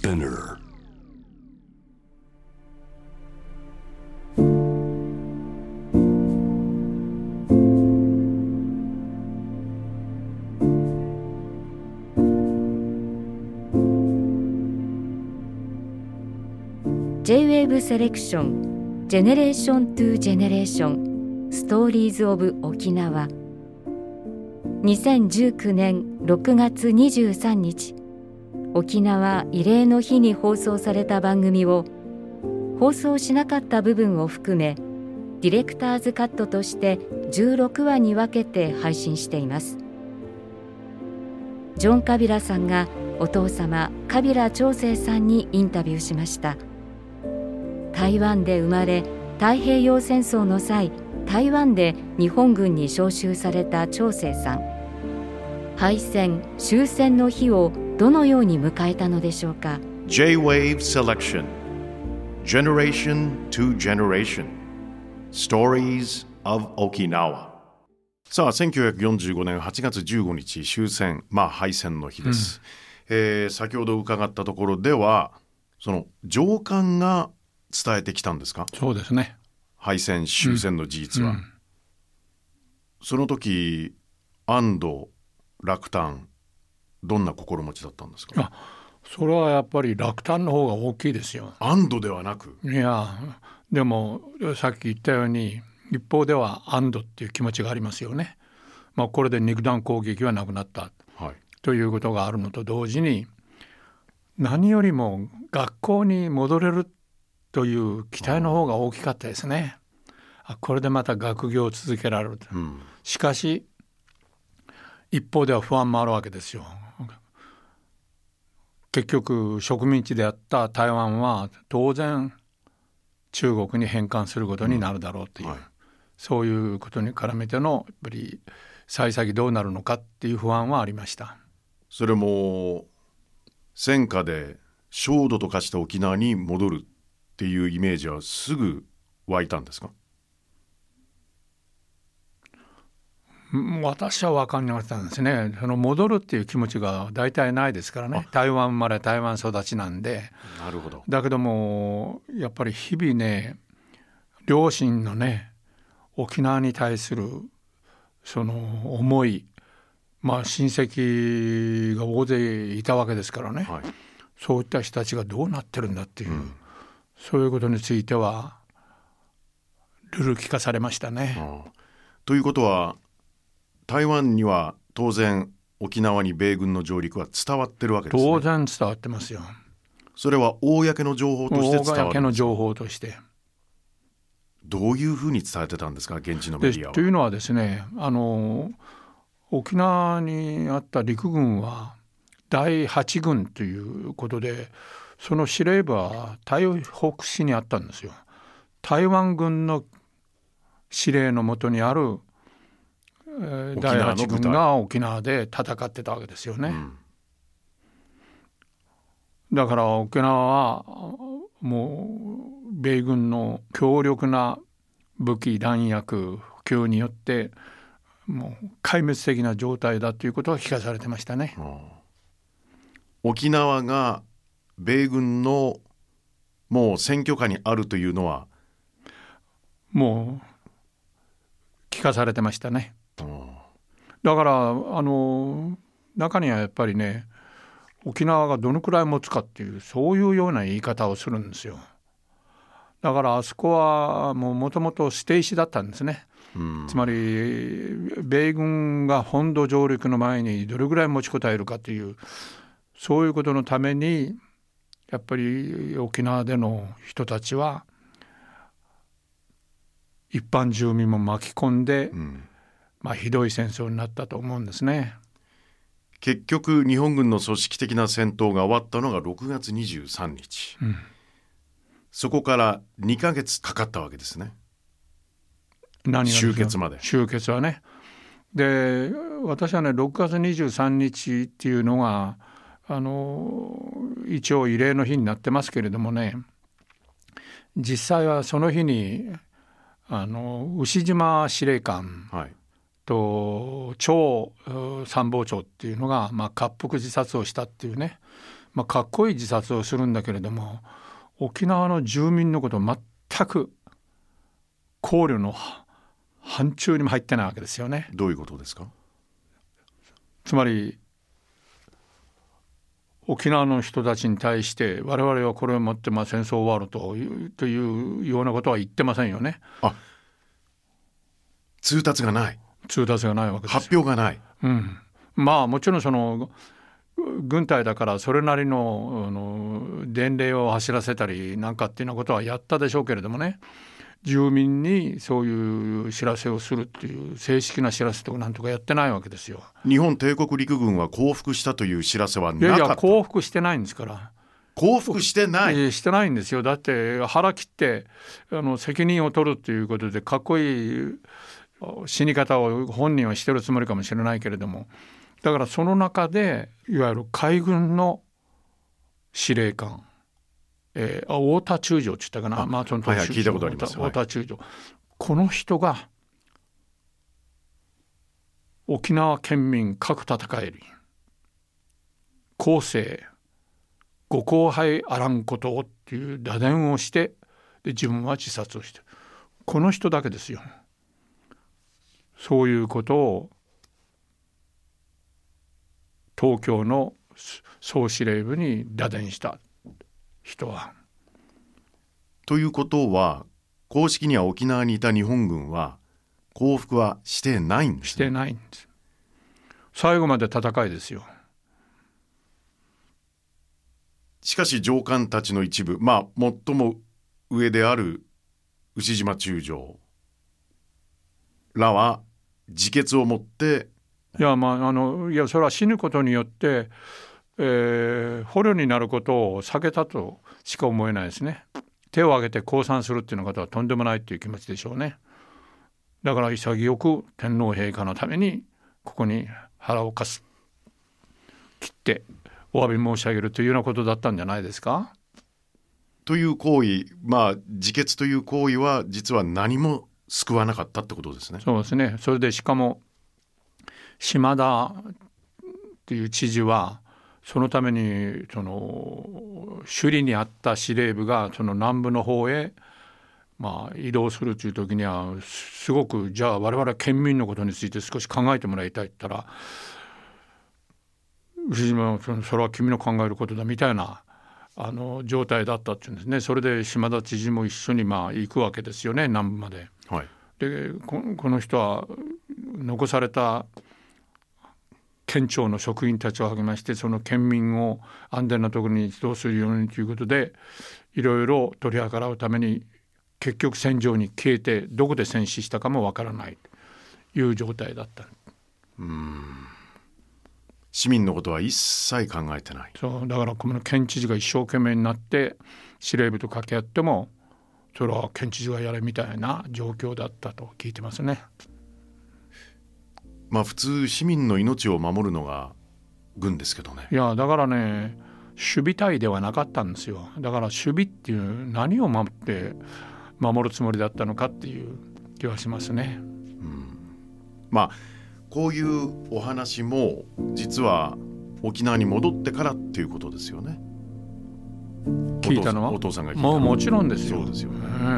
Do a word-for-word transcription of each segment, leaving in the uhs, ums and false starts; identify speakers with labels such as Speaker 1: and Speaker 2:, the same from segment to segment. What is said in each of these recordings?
Speaker 1: Spinner
Speaker 2: J-Wave セレクションジェネレーショントゥジェネレーションストーリーズオブ沖縄にせんじゅうきゅうねんろくがつにじゅうさんにち沖縄慰霊の日に放送された番組を放送しなかった部分を含めディレクターズカットとしてじゅうろくわに分けて配信しています。ジョン・カビラさんがお父様カビラ長生さんにインタビューしました。台湾で生まれ太平洋戦争の際台湾で日本軍に召集された長生さん、敗戦終戦の日をどのように迎えたのでしょうか。
Speaker 3: J-Wave Selection Generation to Generation Stories of Okinawa。 さあせんきゅうひゃくよんじゅうごねんはちがつじゅうごにち終戦、まあ敗戦の日です、うんえー、先ほど伺ったところではその上官が伝えてきたんですか。
Speaker 4: そうですね。
Speaker 3: 敗戦終戦の事実は、うんうん、その時安堵落胆どんな心持ちだったんですか。
Speaker 4: あ、それはやっぱり落胆の方が大きいですよ。
Speaker 3: 安堵ではなく。
Speaker 4: いやでもさっき言ったように一方では安堵っていう気持ちがありますよね。まあ、これで肉弾攻撃はなくなった、はい、ということがあるのと同時に何よりも学校に戻れるという期待の方が大きかったですね。あ、これでまた学業を続けられる、うん、しかし一方では不安もあるわけですよ。結局植民地であった台湾は当然中国に返還することになるだろうという、うんはい、そういうことに絡めてのやっぱり幸先どうなるのかっていう不安はありました。
Speaker 3: それも戦火で焦土と化した沖縄に戻るっていうイメージはすぐ湧いたんですか。
Speaker 4: 私は分かんなかったんですね。その戻るっていう気持ちが大体ないですからね。台湾生まれ台湾育ちなんで。
Speaker 3: なるほど。
Speaker 4: だけどもやっぱり日々ね両親のね沖縄に対するその思い、まあ親戚が大勢いたわけですからね、はい、そういった人たちがどうなってるんだっていう、うん、そういうことについてはルール聞かされましたね。
Speaker 3: ああということは台湾には当然沖縄に米軍の上陸は伝わってるわけですね。
Speaker 4: 当然伝わってますよ。
Speaker 3: それは公の情報として伝わるんですか。
Speaker 4: 公の情報として
Speaker 3: どういうふうに伝えてたんですか、現地のメディアは。
Speaker 4: というのはですね、あの沖縄にあった陸軍はだいはちぐんということでその司令部は台北市にあったんですよ。台湾軍の司令のもとにあるだいはちぐんが沖縄で戦ってたわけですよね、うん、だから沖縄はもう米軍の強力な武器弾薬補給によってもう壊滅的な状態だということが聞かされてましたね、うん、
Speaker 3: 沖縄が米軍のもう占拠下にあるというのは
Speaker 4: もう聞かされてましたね。だからあの中にはやっぱりね沖縄がどのくらい持つかっていうそういうような言い方をするんですよ。だからあそこはもともと捨て石だったんですね、うん、つまり米軍が本土上陸の前にどれぐらい持ちこたえるかというそういうことのためにやっぱり沖縄での人たちは一般住民も巻き込んで、うんまあ、ひどい戦争になったと思うんですね。
Speaker 3: 結局日本軍の組織的な戦闘が終わったのがろくがつにじゅうさんにち、うん、そこからにかげつかかったわけですね。
Speaker 4: 何が
Speaker 3: 終結まで。
Speaker 4: 終結はね。で私はねろくがつにじゅうさんにちっていうのがあの一応慰霊の日になってますけれどもね、実際はその日にあの牛島司令官と張参謀長っていうのが、まあ、滑腹自殺をしたっていうね、 まあ、かっこいい自殺をするんだけれども、沖縄の住民のことを全く考慮の範疇にも入ってないわけですよね。
Speaker 3: どういうことですか？
Speaker 4: つまり沖縄の人たちに対して我々はこれをもってまあ戦争終わるという、というようなことは言ってませんよね。
Speaker 3: あ、通達がない、
Speaker 4: 通達がないわけです。
Speaker 3: 発表がない、
Speaker 4: うん、まあもちろんその軍隊だからそれなりの、あの伝令を走らせたりなんかっていうようなことはやったでしょうけれどもね、住民にそういう知らせをするっていう正式な知らせとかなんとかやってないわけですよ。
Speaker 3: 日本帝国陸軍は降伏したという知らせはなかった。
Speaker 4: いやいや降伏してないんですから。
Speaker 3: 降伏してない、
Speaker 4: えー、してないんですよ。だって腹切ってあの責任を取るということでかっこいい死に方を本人はしてるつもりかもしれないけれども、だからその中でいわゆる海軍の司令官、えー、太田中将って言ったかな、
Speaker 3: あ、
Speaker 4: まあ、その
Speaker 3: はいはい、聞いたことあります。
Speaker 4: 太田中将、この人が沖縄県民核戦えり後世ご後輩あらんことをっていう打電をして、で自分は自殺をして、この人だけですよ。そういうことを東京の総司令部に打電した人は。
Speaker 3: ということは公式には沖縄にいた日本軍は降伏はしてないんですね。
Speaker 4: してないんです。最後まで戦いですよ。
Speaker 3: しかし上官たちの一部、まあ最も上である牛島中将らは自決をもって、
Speaker 4: いやまああのいやそれは死ぬことによって、えー、捕虜になることを避けたとしか思えないですね。手を挙げて降参するっていうのことはとんでもないっていう気持ちでしょうね。だから潔く天皇陛下のためにここに腹をかす切ってお詫び申し上げるというようなことだったんじゃないですか。
Speaker 3: という行為、まあ自決という行為は実は何も救わなかったってことですね。
Speaker 4: そうですね。それでしかも島田っていう知事はそのためにその首里にあった司令部がその南部の方へまあ移動するという時にはすごくじゃあ我々は県民のことについて少し考えてもらいたいって言ったら、牛島はそれは君の考えることだみたいなあの状態だったっていうんですね。それで島田知事も一緒にまあ行くわけですよね、南部まで。
Speaker 3: はい、
Speaker 4: で こ, この人は残された県庁の職員たちを励ましてその県民を安全なところに移動するようにということでいろいろ取り計らうために結局戦場に消えてどこで戦死したかもわからないという状態だった。
Speaker 3: うーん、市民のことは一切考えてない。
Speaker 4: そうだからこの県知事が一生懸命になって司令部と掛け合ってもそれは県知事がやれみたいな状況だったと聞いてますね。
Speaker 3: まあ普通市民の命を守るのが軍ですけどね。
Speaker 4: いやだからね守備隊ではなかったんですよ。だから守備っていう何を守って守るつもりだったのかっていう気はしますね。
Speaker 3: うん、まあこういうお話も実は沖縄に戻ってからっていうことですよね。
Speaker 4: 聞いたのは
Speaker 3: お父さんが聞いたのは。
Speaker 4: もうもちろんですよ。
Speaker 3: そうですよね。
Speaker 4: うん、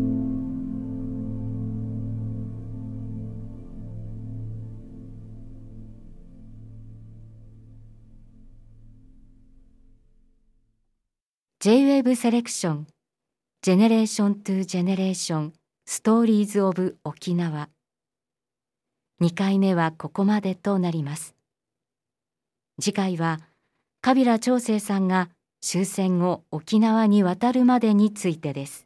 Speaker 2: ジェイウェーブ セレクションジェネレーショントゥジェネレーションストーリーズオブ沖縄。にかいめはここまでとなります。次回は川平朝清さんが終戦後沖縄に渡るまでについてです。